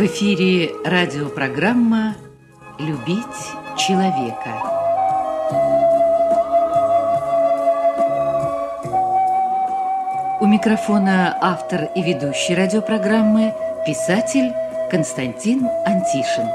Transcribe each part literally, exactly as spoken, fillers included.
В эфире радиопрограмма «Любить человека». У микрофона автор и ведущий радиопрограммы писатель Константин Антишин.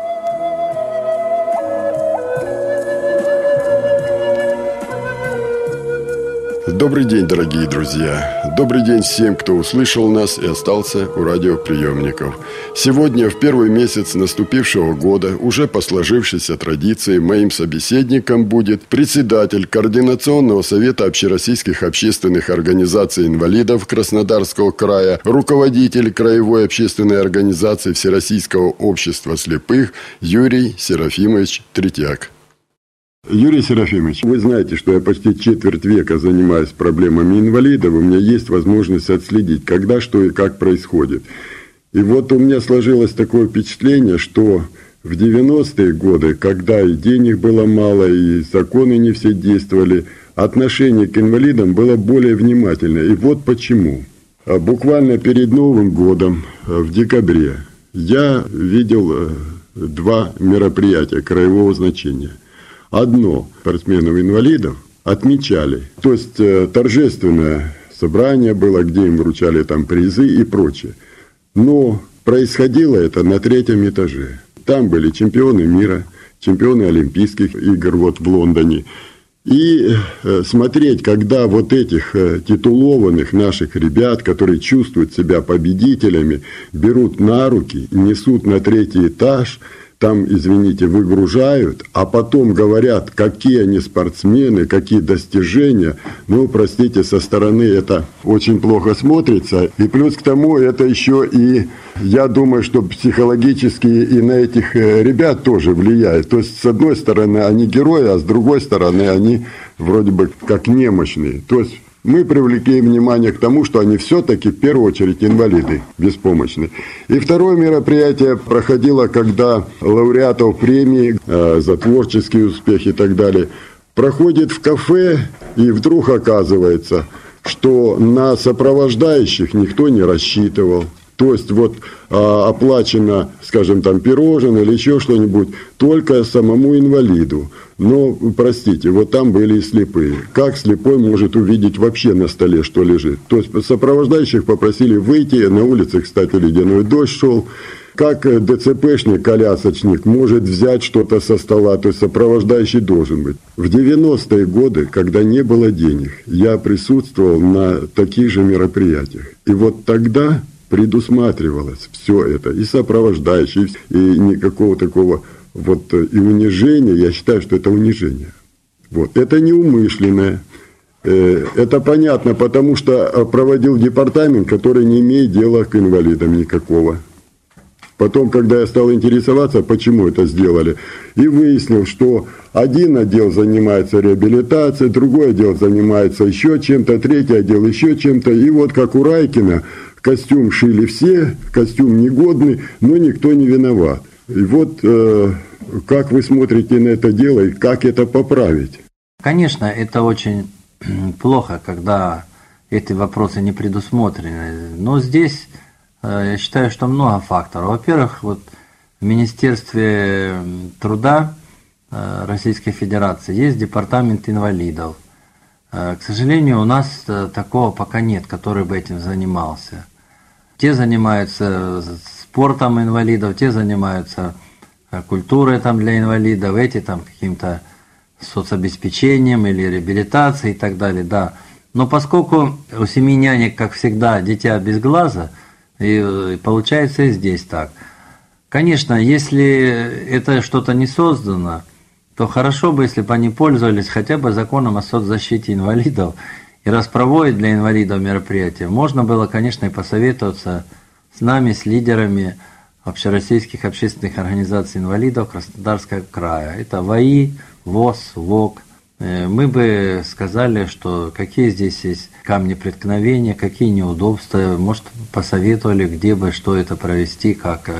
Добрый день, дорогие друзья! Добрый день всем, кто услышал нас и остался у радиоприемников. Сегодня, в первый месяц наступившего года, уже по сложившейся традиции, моим собеседником будет председатель Координационного совета общероссийских общественных организаций инвалидов Краснодарского края, руководитель Краевой общественной организации Всероссийского общества слепых Юрий Серафимович Третьяк. Юрий Серафимович, вы знаете, что я почти четверть века занимаюсь проблемами инвалидов, у меня есть возможность отследить, когда, что и как происходит. И вот у меня сложилось такое впечатление, что в девяностые годы, когда и денег было мало, и законы не все действовали, отношение к инвалидам было более внимательное. И вот почему. Буквально перед Новым годом, в декабре, я видел два мероприятия краевого значения. Одно, спортсменов-инвалидов отмечали, то есть э, торжественное собрание было, где им вручали там призы и прочее. Но происходило это на третьем этаже. Там были чемпионы мира, чемпионы Олимпийских игр вот в Лондоне. И э, смотреть, когда вот этих э, титулованных наших ребят, которые чувствуют себя победителями, берут на руки, несут на третий этаж, там, извините, выгружают, а потом говорят, какие они спортсмены, какие достижения. Ну, простите, со стороны это очень плохо смотрится. И плюс к тому, это еще и, я думаю, что психологически и на этих ребят тоже влияет. То есть, с одной стороны, они герои, а с другой стороны, они вроде бы как немощные. То есть, мы привлекли внимание к тому, что они все-таки в первую очередь инвалиды, беспомощные. И второе мероприятие проходило, когда лауреатов премии э, за творческие успехи и так далее проходит в кафе, и вдруг оказывается, что на сопровождающих никто не рассчитывал. То есть вот а, оплачено, скажем, там пирожное или еще что-нибудь только самому инвалиду. Но, простите, вот там были и слепые. Как слепой может увидеть вообще на столе, что лежит? То есть сопровождающих попросили выйти, на улице, кстати, ледяной дождь шел. Как ДЦПшник, колясочник может взять что-то со стола, то есть сопровождающий должен быть. В девяностые годы, когда не было денег, я присутствовал на таких же мероприятиях. И вот тогда предусматривалось все это, и сопровождающие, и никакого такого вот и унижения, я считаю, что это унижение. Вот. Это неумышленное, это понятно, потому что проводил департамент, который не имеет дела к инвалидам никакого. Потом, когда я стал интересоваться, почему это сделали, и выяснил, что один отдел занимается реабилитацией, другой отдел занимается еще чем-то, третий отдел еще чем-то, и вот как у Райкина, костюм шили все, костюм негодный, но никто не виноват. И вот э, как вы смотрите на это дело и как это поправить? Конечно, это очень плохо, когда эти вопросы не предусмотрены. Но здесь э, я считаю, что много факторов. Во-первых, вот в Министерстве труда э, Российской Федерации есть департамент инвалидов. Э, к сожалению, у нас э, такого пока нет, который бы этим занимался. Те занимаются спортом инвалидов, те занимаются культурой там для инвалидов, эти там каким-то соцобеспечением или реабилитацией и так далее, да. Но поскольку у семи нянек, как всегда, дитя без глаза, и получается и здесь так. Конечно, если это что-то не создано, то хорошо бы, если бы они пользовались хотя бы законом о соцзащите инвалидов, и раз проводят для инвалидов мероприятия, можно было, конечно, и посоветоваться с нами, с лидерами общероссийских общественных организаций инвалидов Краснодарского края. Это ВАИ, ВОС, ВОК. Мы бы сказали, что какие здесь есть камни преткновения, какие неудобства, может, посоветовали, где бы, что это провести, как.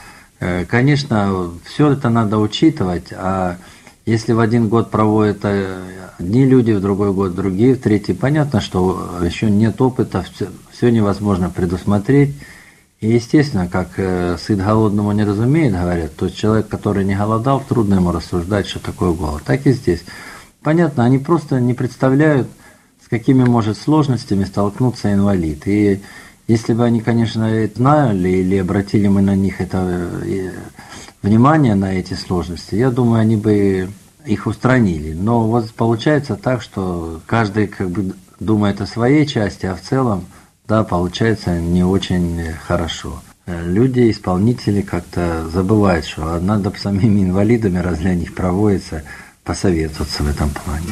Конечно, все это надо учитывать, а если в один год проводят одни люди, в другой год другие, в третий, понятно, что еще нет опыта, все, все невозможно предусмотреть. И естественно, как э, сыт голодному не разумеет, говорят, то человек, который не голодал, трудно ему рассуждать, что такое голод. Так и здесь. Понятно, они просто не представляют, с какими может сложностями столкнуться инвалид. И если бы они, конечно, знали или обратили мы на них это э, внимание на эти сложности, я думаю, они бы их устранили. Но вот получается так, что каждый как бы думает о своей части, а в целом, да, получается не очень хорошо. Люди, исполнители как-то забывают, что надо с самими инвалидами, раз для них проводится, посоветоваться в этом плане.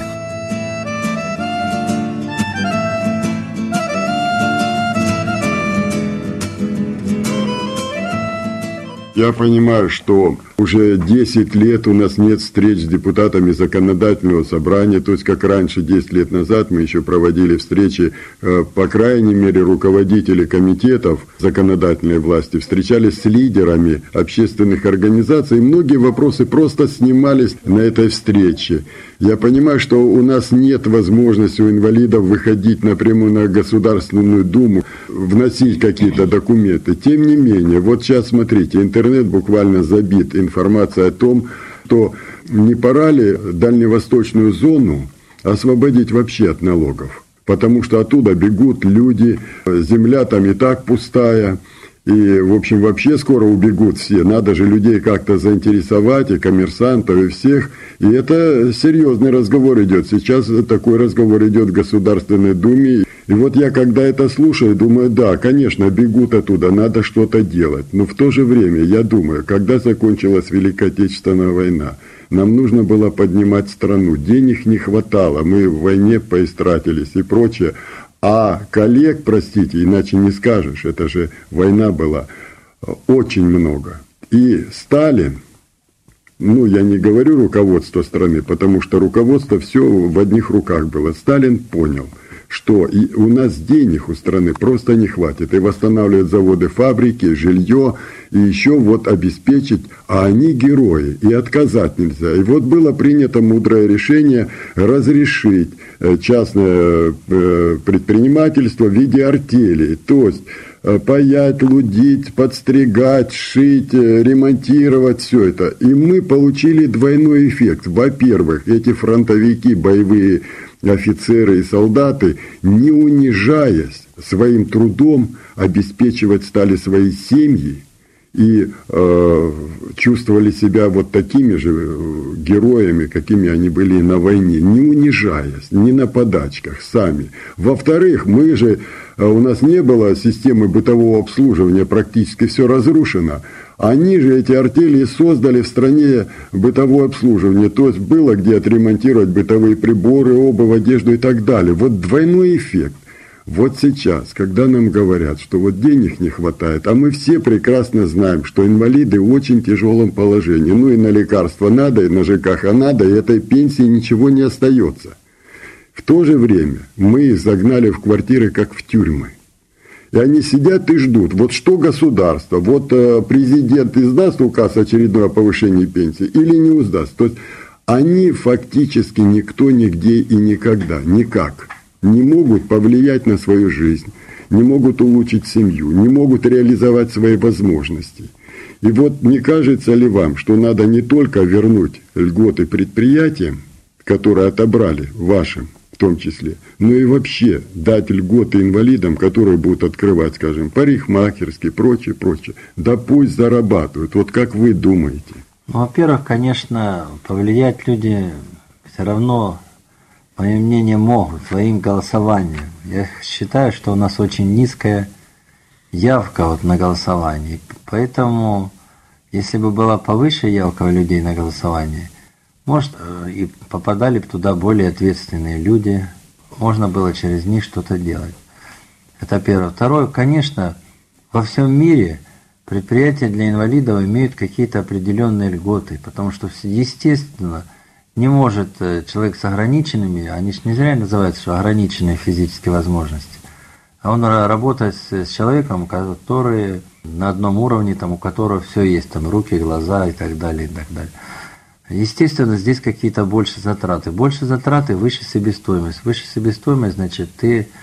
Я понимаю, что уже десять лет у нас нет встреч с депутатами законодательного собрания, то есть как раньше, десять лет назад мы еще проводили встречи, по крайней мере, руководители комитетов законодательной власти встречались с лидерами общественных организаций, и многие вопросы просто снимались на этой встрече. Я понимаю, что у нас нет возможности у инвалидов выходить напрямую на Государственную Думу, вносить какие-то документы. Тем не менее, вот сейчас смотрите, интернет буквально забит информацией о том, что не пора ли дальневосточную зону освободить вообще от налогов. Потому что оттуда бегут люди, земля там и так пустая. И, в общем, вообще скоро убегут все. Надо же людей как-то заинтересовать, и коммерсантов, и всех. И это серьезный разговор идет. Сейчас такой разговор идет в Государственной Думе. И вот я, когда это слушаю, думаю, да, конечно, бегут оттуда, надо что-то делать. Но в то же время, я думаю, когда закончилась Великая Отечественная война, нам нужно было поднимать страну. Денег не хватало, мы в войне поистратились и прочее. А коллег, простите, иначе не скажешь, это же война была, очень много. И Сталин, ну я не говорю руководство страны, потому что руководство все в одних руках было. Сталин понял, что и у нас денег у страны просто не хватит. И восстанавливать заводы, фабрики, жилье, и еще вот обеспечить, а они герои, и отказать нельзя. И вот было принято мудрое решение разрешить частное предпринимательство в виде артелей, то есть паять, лудить, подстригать, шить, ремонтировать, все это. И мы получили двойной эффект. Во-первых, эти фронтовики, боевые офицеры и солдаты, не унижаясь своим трудом, обеспечивать стали свои семьи и э, чувствовали себя вот такими же героями, какими они были на войне, не унижаясь, не на подачках, сами. Во-вторых, мы же, у нас не было системы бытового обслуживания, практически все разрушено. Они же, эти артели, создали в стране бытовое обслуживание. То есть было где отремонтировать бытовые приборы, обувь, одежду и так далее. Вот двойной эффект. Вот сейчас, когда нам говорят, что вот денег не хватает, а мы все прекрасно знаем, что инвалиды в очень тяжелом положении. Ну и на лекарства надо, и на ЖКХ надо, и этой пенсии ничего не остается. В то же время мы их загнали в квартиры, как в тюрьмы. И они сидят и ждут, вот что государство, вот э, президент издаст указ очередное о повышении пенсии или не издаст. То есть они фактически никто, нигде и никогда, никак не могут повлиять на свою жизнь, не могут улучшить семью, не могут реализовать свои возможности. И вот не кажется ли вам, что надо не только вернуть льготы предприятиям, которые отобрали вашим, в том числе, но и вообще дать льготы инвалидам, которые будут открывать, скажем, парикмахерские, прочее, прочее. Да пусть зарабатывают. Вот как вы думаете? Ну, во-первых, конечно, повлиять люди все равно, по моему мнению, могут своим голосованием. Я считаю, что у нас очень низкая явка вот на голосовании. Поэтому, если бы была повыше явка у людей на голосование, может, и попадали бы туда более ответственные люди, можно было через них что-то делать. Это первое. Второе, конечно, во всем мире предприятия для инвалидов имеют какие-то определенные льготы, потому что, естественно, не может человек с ограниченными, они же не зря называются, что ограниченные физические возможности, а он работает с человеком, который на одном уровне, там, у которого все есть, там, руки, глаза и так далее, и так далее. Естественно, здесь какие-то больше затраты. Больше затраты, выше себестоимость. Выше себестоимость, значит, ты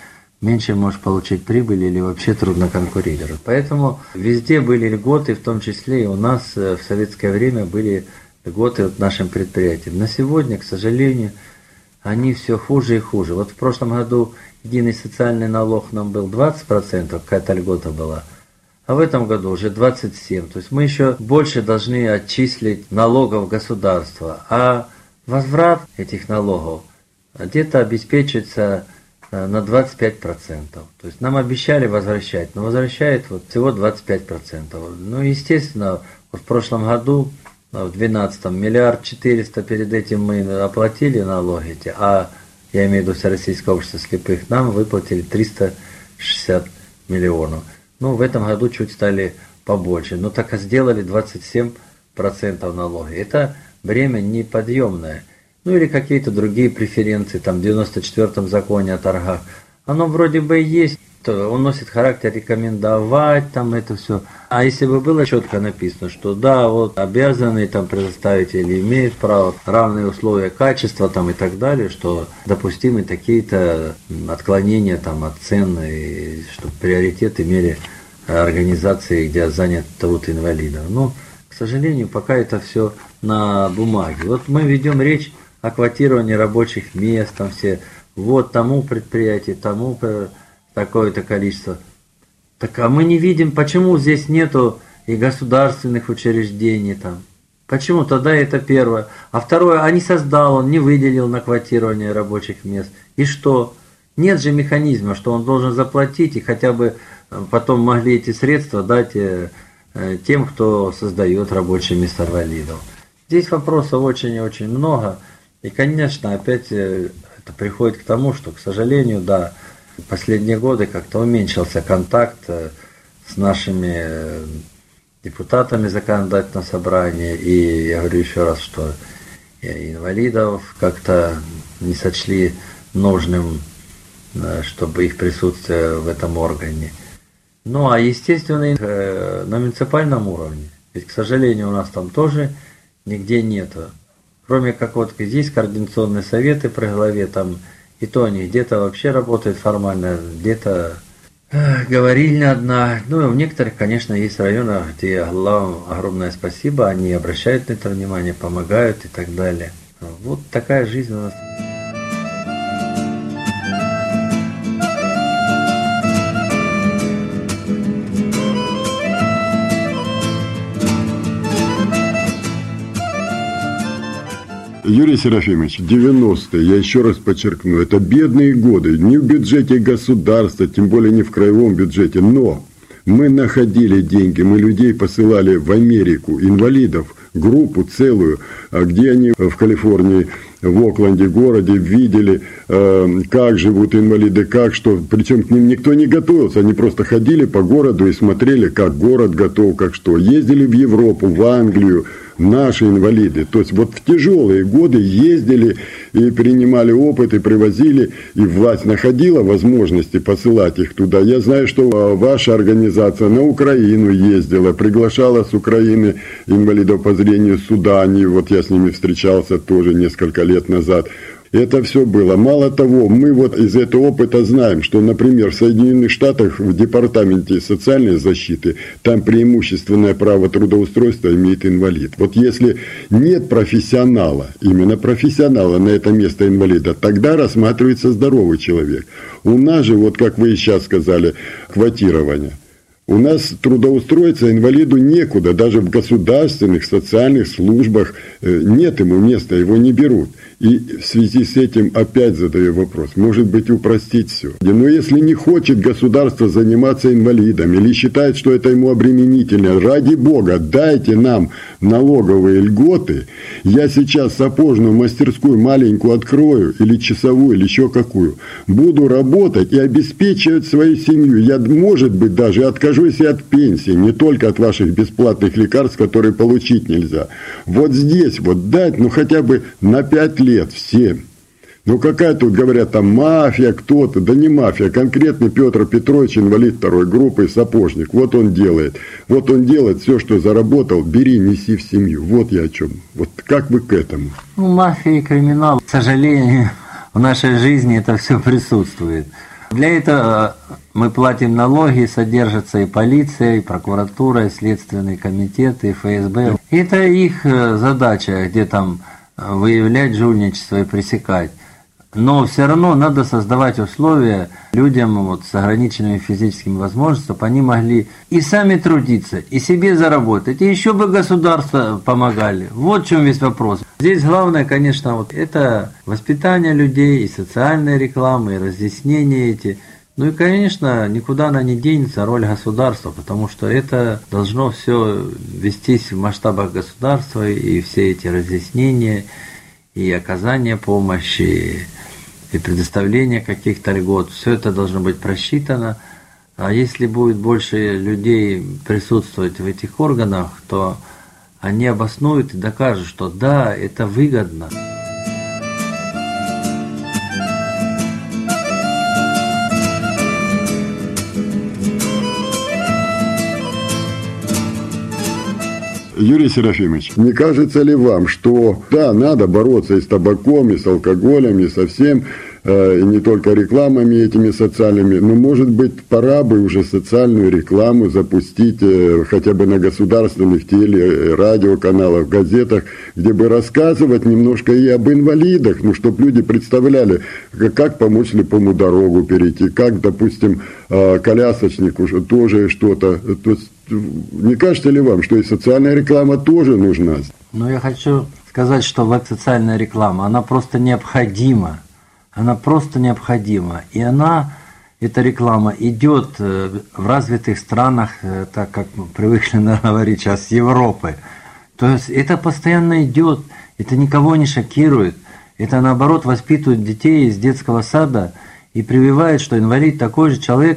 меньше можешь получить прибыль или вообще трудно конкурировать. Поэтому везде были льготы, в том числе и у нас в советское время были льготы вот нашим предприятиям. На сегодня, к сожалению, они все хуже и хуже. Вот в прошлом году единый социальный налог нам был двадцать процентов, какая-то льгота была, а в этом году уже двадцать семь процентов. То есть мы еще больше должны отчислить налогов государства, а возврат этих налогов где-то обеспечивается на двадцать пять процентов. То есть нам обещали возвращать, но возвращает вот всего двадцать пять процентов. Ну, естественно, вот в прошлом году, в две тысячи двенадцатом, миллиард четыреста перед этим мы оплатили налоги эти, а я имею в виду Всероссийское общество слепых, нам выплатили триста шестьдесят миллионов. Ну, в этом году чуть стали побольше, но так и сделали двадцать семь процентов налоги. Это бремя неподъемное. Ну или какие-то другие преференции, там в девяносто четвёртом законе о торгах. Оно вроде бы есть, то он носит характер рекомендовать, там это все. А если бы было четко написано, что да, вот обязаны там предоставить или имеют право равные условия качества там и так далее, что допустимы такие-то отклонения там от цен, и чтобы приоритет имели организации, где занят труд инвалидов. Но, к сожалению, пока это все на бумаге. Вот мы ведем речь о квотировании рабочих мест, там все, вот тому предприятию, тому такое-то количество. Так а мы не видим, почему здесь нету и государственных учреждений там. Почему? Тогда это первое. А второе, а не создал он, не выделил на квотирование рабочих мест. И что? Нет же механизма, что он должен заплатить и хотя бы потом могли эти средства дать тем, кто создает рабочие места инвалидов. Здесь вопросов очень и очень много. И, конечно, опять это приходит к тому, что, к сожалению, да, в последние годы как-то уменьшился контакт с нашими депутатами законодательного собрания. И я говорю еще раз, что инвалидов как-то не сочли нужным, чтобы их присутствие в этом органе. Ну, а естественно, на муниципальном уровне. Ведь, к сожалению, у нас там тоже нигде нету. Кроме как вот здесь координационные советы при главе, там и то они где-то вообще работают формально, где-то э, говорильня одна. Ну, и в некоторых, конечно, есть районы, где главам огромное спасибо, они обращают на это внимание, помогают и так далее. Вот такая жизнь у нас. Юрий Серафимович, девяностые, я еще раз подчеркну, это бедные годы, не в бюджете государства, тем более не в краевом бюджете, но мы находили деньги, мы людей посылали в Америку, инвалидов, группу целую, где они в Калифорнии, в Окленде, городе, видели, как живут инвалиды, как что, причем к ним никто не готовился, они просто ходили по городу и смотрели, как город готов, как что. Ездили в Европу, в Англию, наши инвалиды. То есть вот в тяжелые годы ездили и принимали опыт, и привозили, и власть находила возможности посылать их туда. Я знаю, что ваша организация на Украину ездила, приглашала с Украины инвалидов по зрению сюда, они, вот я с ними встречался тоже несколько лет назад. Это все было. Мало того, мы вот из этого опыта знаем, что, например, в Соединенных Штатах в Департаменте социальной защиты там преимущественное право трудоустройства имеет инвалид. Вот если нет профессионала, именно профессионала на это место инвалида, тогда рассматривается здоровый человек. У нас же, вот как вы сейчас сказали, квотирование. У нас трудоустроиться инвалиду некуда, даже в государственных социальных службах нет ему места, его не берут. И в связи с этим опять задаю вопрос, может быть, упростить все. Но если не хочет государство заниматься инвалидом или считает, что это ему обременительно, ради бога, дайте нам налоговые льготы. Я сейчас сапожную мастерскую маленькую открою, или часовую, или еще какую. Буду работать и обеспечивать свою семью. Я, может быть, даже откажусь и от пенсии, не только от ваших бесплатных лекарств, которые получить нельзя. Вот здесь вот дать, ну хотя бы на пять лет всем. Ну какая тут, говорят, там мафия, кто-то, да не мафия, конкретный Петр Петрович, инвалид второй группы, сапожник, вот он делает, вот он делает все, что заработал, бери, неси в семью, вот я о чем, вот как вы к этому? Ну, мафия и криминал, к сожалению, в нашей жизни это все присутствует. Для этого мы платим налоги, содержится и полиция, и прокуратура, и следственный комитет, и эф эс бэ. Это их задача, где там выявлять жульничество и пресекать. Но все равно надо создавать условия людям вот, с ограниченными физическими возможностями, чтобы они могли и сами трудиться, и себе заработать, и еще бы государство помогали. Вот в чем весь вопрос. Здесь главное, конечно, вот это воспитание людей, и социальная реклама, и разъяснения эти. Ну и, конечно, никуда она не денется роль государства, потому что это должно все вестись в масштабах государства, и все эти разъяснения, и оказание помощи, и предоставление каких-то льгот, все это должно быть просчитано. А если будет больше людей присутствовать в этих органах, то они обоснуют и докажут, что да, это выгодно. Юрий Серафимович, не кажется ли вам, что да, надо бороться и с табаком, и с алкоголем, и со всем, э, и не только рекламами этими социальными, но, может быть, пора бы уже социальную рекламу запустить э, хотя бы на государственных теле, радиоканалах, газетах, где бы рассказывать немножко и об инвалидах, ну, чтобы люди представляли, как помочь слепому дорогу перейти, как, допустим, э, колясочнику тоже что-то. То есть, не кажется ли вам, что и социальная реклама тоже нужна? Ну, я хочу сказать, что вот социальная реклама, она просто необходима. Она просто необходима. И она, эта реклама, идет в развитых странах, так как мы привыкли говорить сейчас, Европы. То есть это постоянно идет, это никого не шокирует. Это, наоборот, воспитывает детей из детского сада и прививает, что инвалид такой же человек,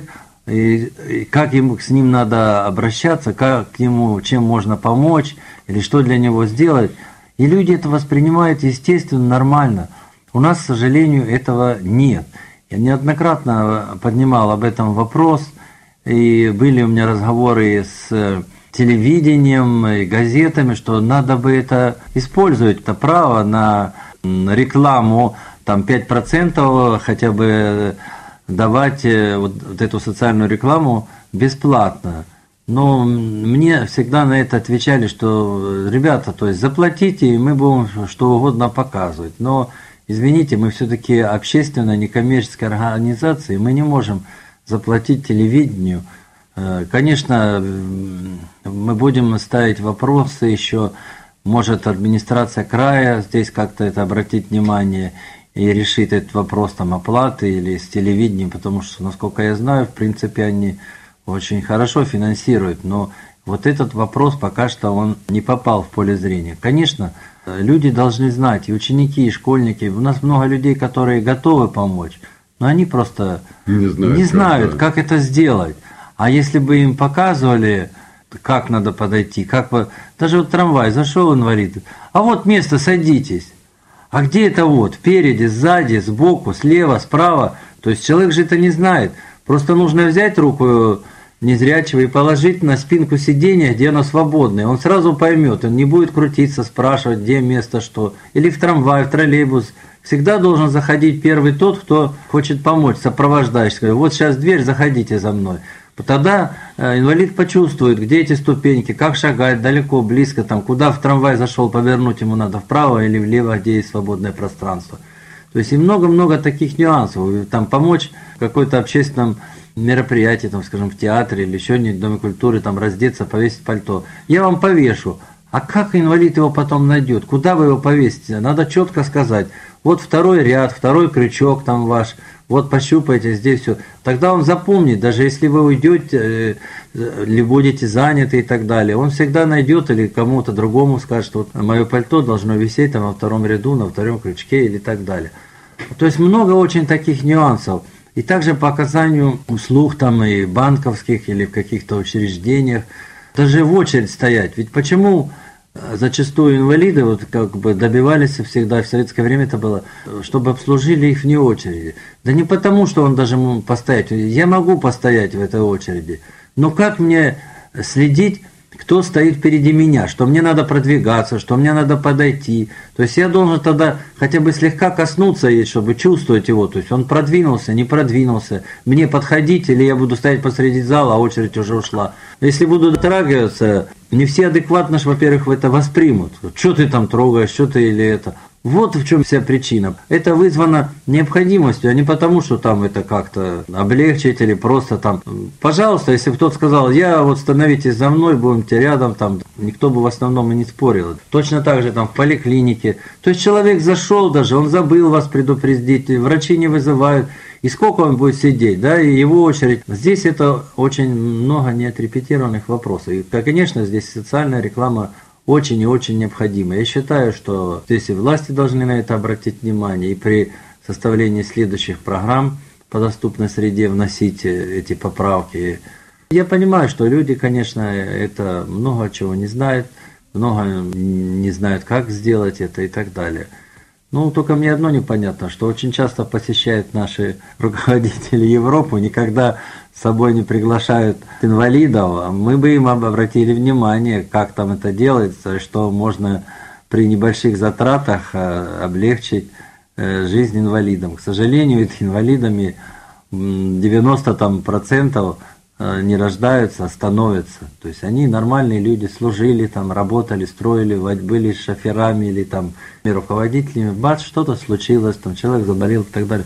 и как ему с ним надо обращаться, как ему, чем можно помочь, или что для него сделать. И люди это воспринимают естественно, нормально. У нас, к сожалению, этого нет. Я неоднократно поднимал об этом вопрос, и были у меня разговоры с телевидением и газетами, что надо бы это использовать, это право на рекламу, там пять процентов хотя бы давать вот, вот эту социальную рекламу бесплатно. Но мне всегда на это отвечали, что ребята, то есть заплатите, и мы будем что угодно показывать. Но, извините, мы все-таки общественная некоммерческая организация, и мы не можем заплатить телевидению. Конечно, мы будем ставить вопросы еще, может администрация края здесь как-то это обратить внимание и решит этот вопрос там оплаты или с телевидением, потому что, насколько я знаю, в принципе, они очень хорошо финансируют, но вот этот вопрос пока что он не попал в поле зрения. Конечно, люди должны знать, и ученики, и школьники, у нас много людей, которые готовы помочь, но они просто не знают, не знают как, как это сделать. А если бы им показывали, как надо подойти, как бы, даже вот трамвай, зашел инвалид, а вот место, садитесь. А где это вот? Впереди, сзади, сбоку, слева, справа. То есть человек же это не знает. Просто нужно взять руку незрячего и положить на спинку сиденья, где оно свободное. Он сразу поймет, он не будет крутиться, спрашивать, где место, что. Или в трамвай, в троллейбус. Всегда должен заходить первый тот, кто хочет помочь, сопровождающий. Вот сейчас дверь, заходите за мной. Тогда инвалид почувствует, где эти ступеньки, как шагать, далеко, близко, там, куда в трамвай зашел, повернуть ему надо вправо или влево, где есть свободное пространство. То есть и много-много таких нюансов. Там помочь в какой-то общественном мероприятии, там, скажем, в театре или еще не в Доме культуры, там, раздеться, повесить пальто. Я вам повешу. А как инвалид его потом найдет? Куда вы его повесите? Надо четко сказать. Вот второй ряд, второй крючок там ваш. Вот пощупайте здесь все. Тогда он запомнит, даже если вы уйдете или будете заняты и так далее, он всегда найдет или кому-то другому скажет, вот мое пальто должно висеть там во втором ряду, на втором крючке или так далее. То есть много очень таких нюансов. И также по оказанию услуг там и банковских или в каких-то учреждениях, даже в очередь стоять. Ведь почему зачастую инвалиды вот как бы добивались всегда, в советское время это было, чтобы обслужили их вне очереди. Да не потому, что он даже мог постоять. Я могу постоять в этой очереди. Но как мне следить, кто стоит впереди меня, что мне надо продвигаться, что мне надо подойти. То есть я должен тогда хотя бы слегка коснуться, чтобы чувствовать его. То есть он продвинулся, не продвинулся, мне подходить, или я буду стоять посреди зала, а очередь уже ушла. Если буду дотрагиваться, не все адекватно, во-первых, это воспримут. Что ты там трогаешь, что ты или это... Вот в чем вся причина. Это вызвано необходимостью, а не потому, что там это как-то облегчить или просто там... Пожалуйста, если бы кто-то сказал, я вот становитесь за мной, будете рядом, там никто бы в основном и не спорил. Точно так же там в поликлинике. То есть человек зашел даже, он забыл вас предупредить, врачи не вызывают. И сколько он будет сидеть, да, и его очередь. Здесь это очень много неотрепетированных вопросов. И, конечно, здесь социальная реклама очень и очень необходимо. Я считаю, что здесь и власти должны на это обратить внимание, и при составлении следующих программ по доступной среде вносить эти поправки. Я понимаю, что люди, конечно, это много чего не знают, много не знают, как сделать это и так далее. Ну, только мне одно непонятно, что очень часто посещают наши руководители Европу, никогда с собой не приглашают инвалидов. Мы бы им обратили внимание, как там это делается, что можно при небольших затратах облегчить жизнь инвалидам. К сожалению, инвалидами девяносто процентов не рождаются, а становятся. То есть они нормальные люди, служили, там, работали, строили, были шоферами или там руководителями. Бац, что-то случилось, там, человек заболел и так далее.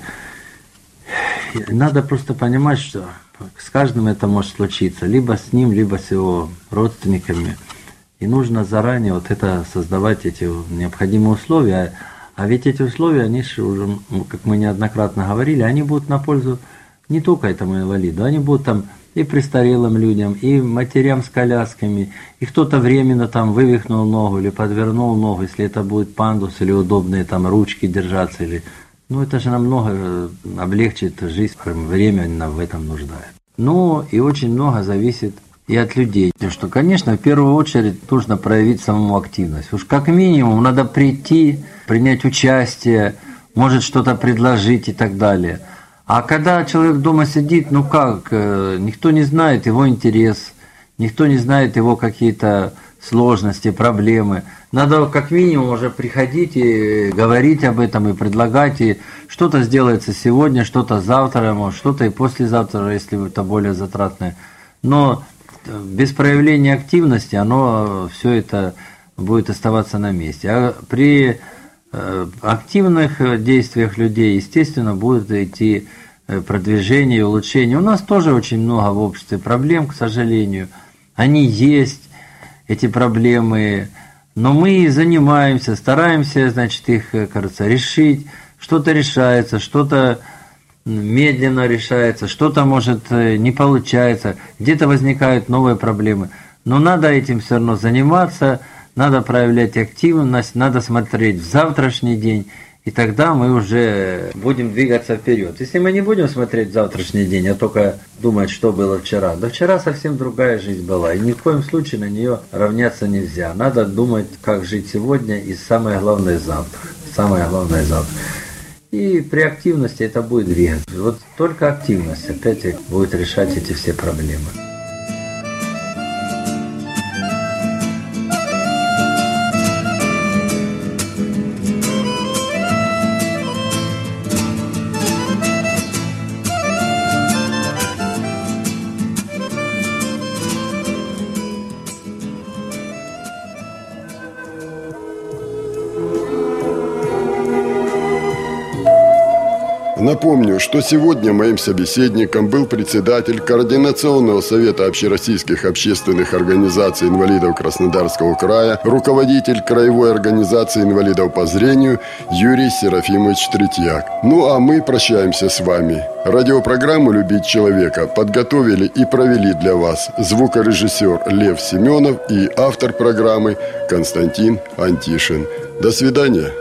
Надо просто понимать, что с каждым это может случиться, либо с ним, либо с его родственниками. И нужно заранее вот это создавать, эти необходимые условия. А ведь эти условия, они же уже, как мы неоднократно говорили, они будут на пользу не только этому инвалиду, они будут там и престарелым людям, и матерям с колясками, и кто-то временно там вывихнул ногу или подвернул ногу, если это будет пандус или удобные там ручки держаться, или... Ну, это же намного облегчит жизнь, временно в этом нуждает. Ну, и очень много зависит и от людей. Что, конечно, в первую очередь нужно проявить самому активность. Уж как минимум надо прийти, принять участие, может что-то предложить и так далее. А когда человек дома сидит, ну как, никто не знает его интерес, никто не знает его какие-то сложности, проблемы. Надо как минимум уже приходить и говорить об этом, и предлагать, и что-то сделается сегодня, что-то завтра, может, что-то и послезавтра, если это более затратное. Но без проявления активности оно все это будет оставаться на месте. А при активных действиях людей, естественно, будет идти продвижение и улучшение. У нас тоже очень много в обществе проблем, к сожалению. Они есть, эти проблемы, но мы занимаемся, стараемся, значит, их, кажется, решить. Что-то решается, что-то медленно решается, что-то, может, не получается, где-то возникают новые проблемы. Но надо этим все равно заниматься, надо проявлять активность, надо смотреть в завтрашний день, и тогда мы уже будем двигаться вперед. Если мы не будем смотреть в завтрашний день, а только думать, что было вчера, да вчера совсем другая жизнь была, и ни в коем случае на нее равняться нельзя. Надо думать, как жить сегодня, и самое главное завтра. Самое главное завтра. И при активности это будет двигаться. Вот только активность опять будет решать эти все проблемы. Напомню, что сегодня моим собеседником был председатель Координационного совета общероссийских общественных организаций инвалидов Краснодарского края, руководитель Краевой организации инвалидов по зрению Юрий Серафимович Третьяк. Ну а мы прощаемся с вами. Радиопрограмму «Любить человека» подготовили и провели для вас звукорежиссер Лев Семенов и автор программы Константин Антишин. До свидания.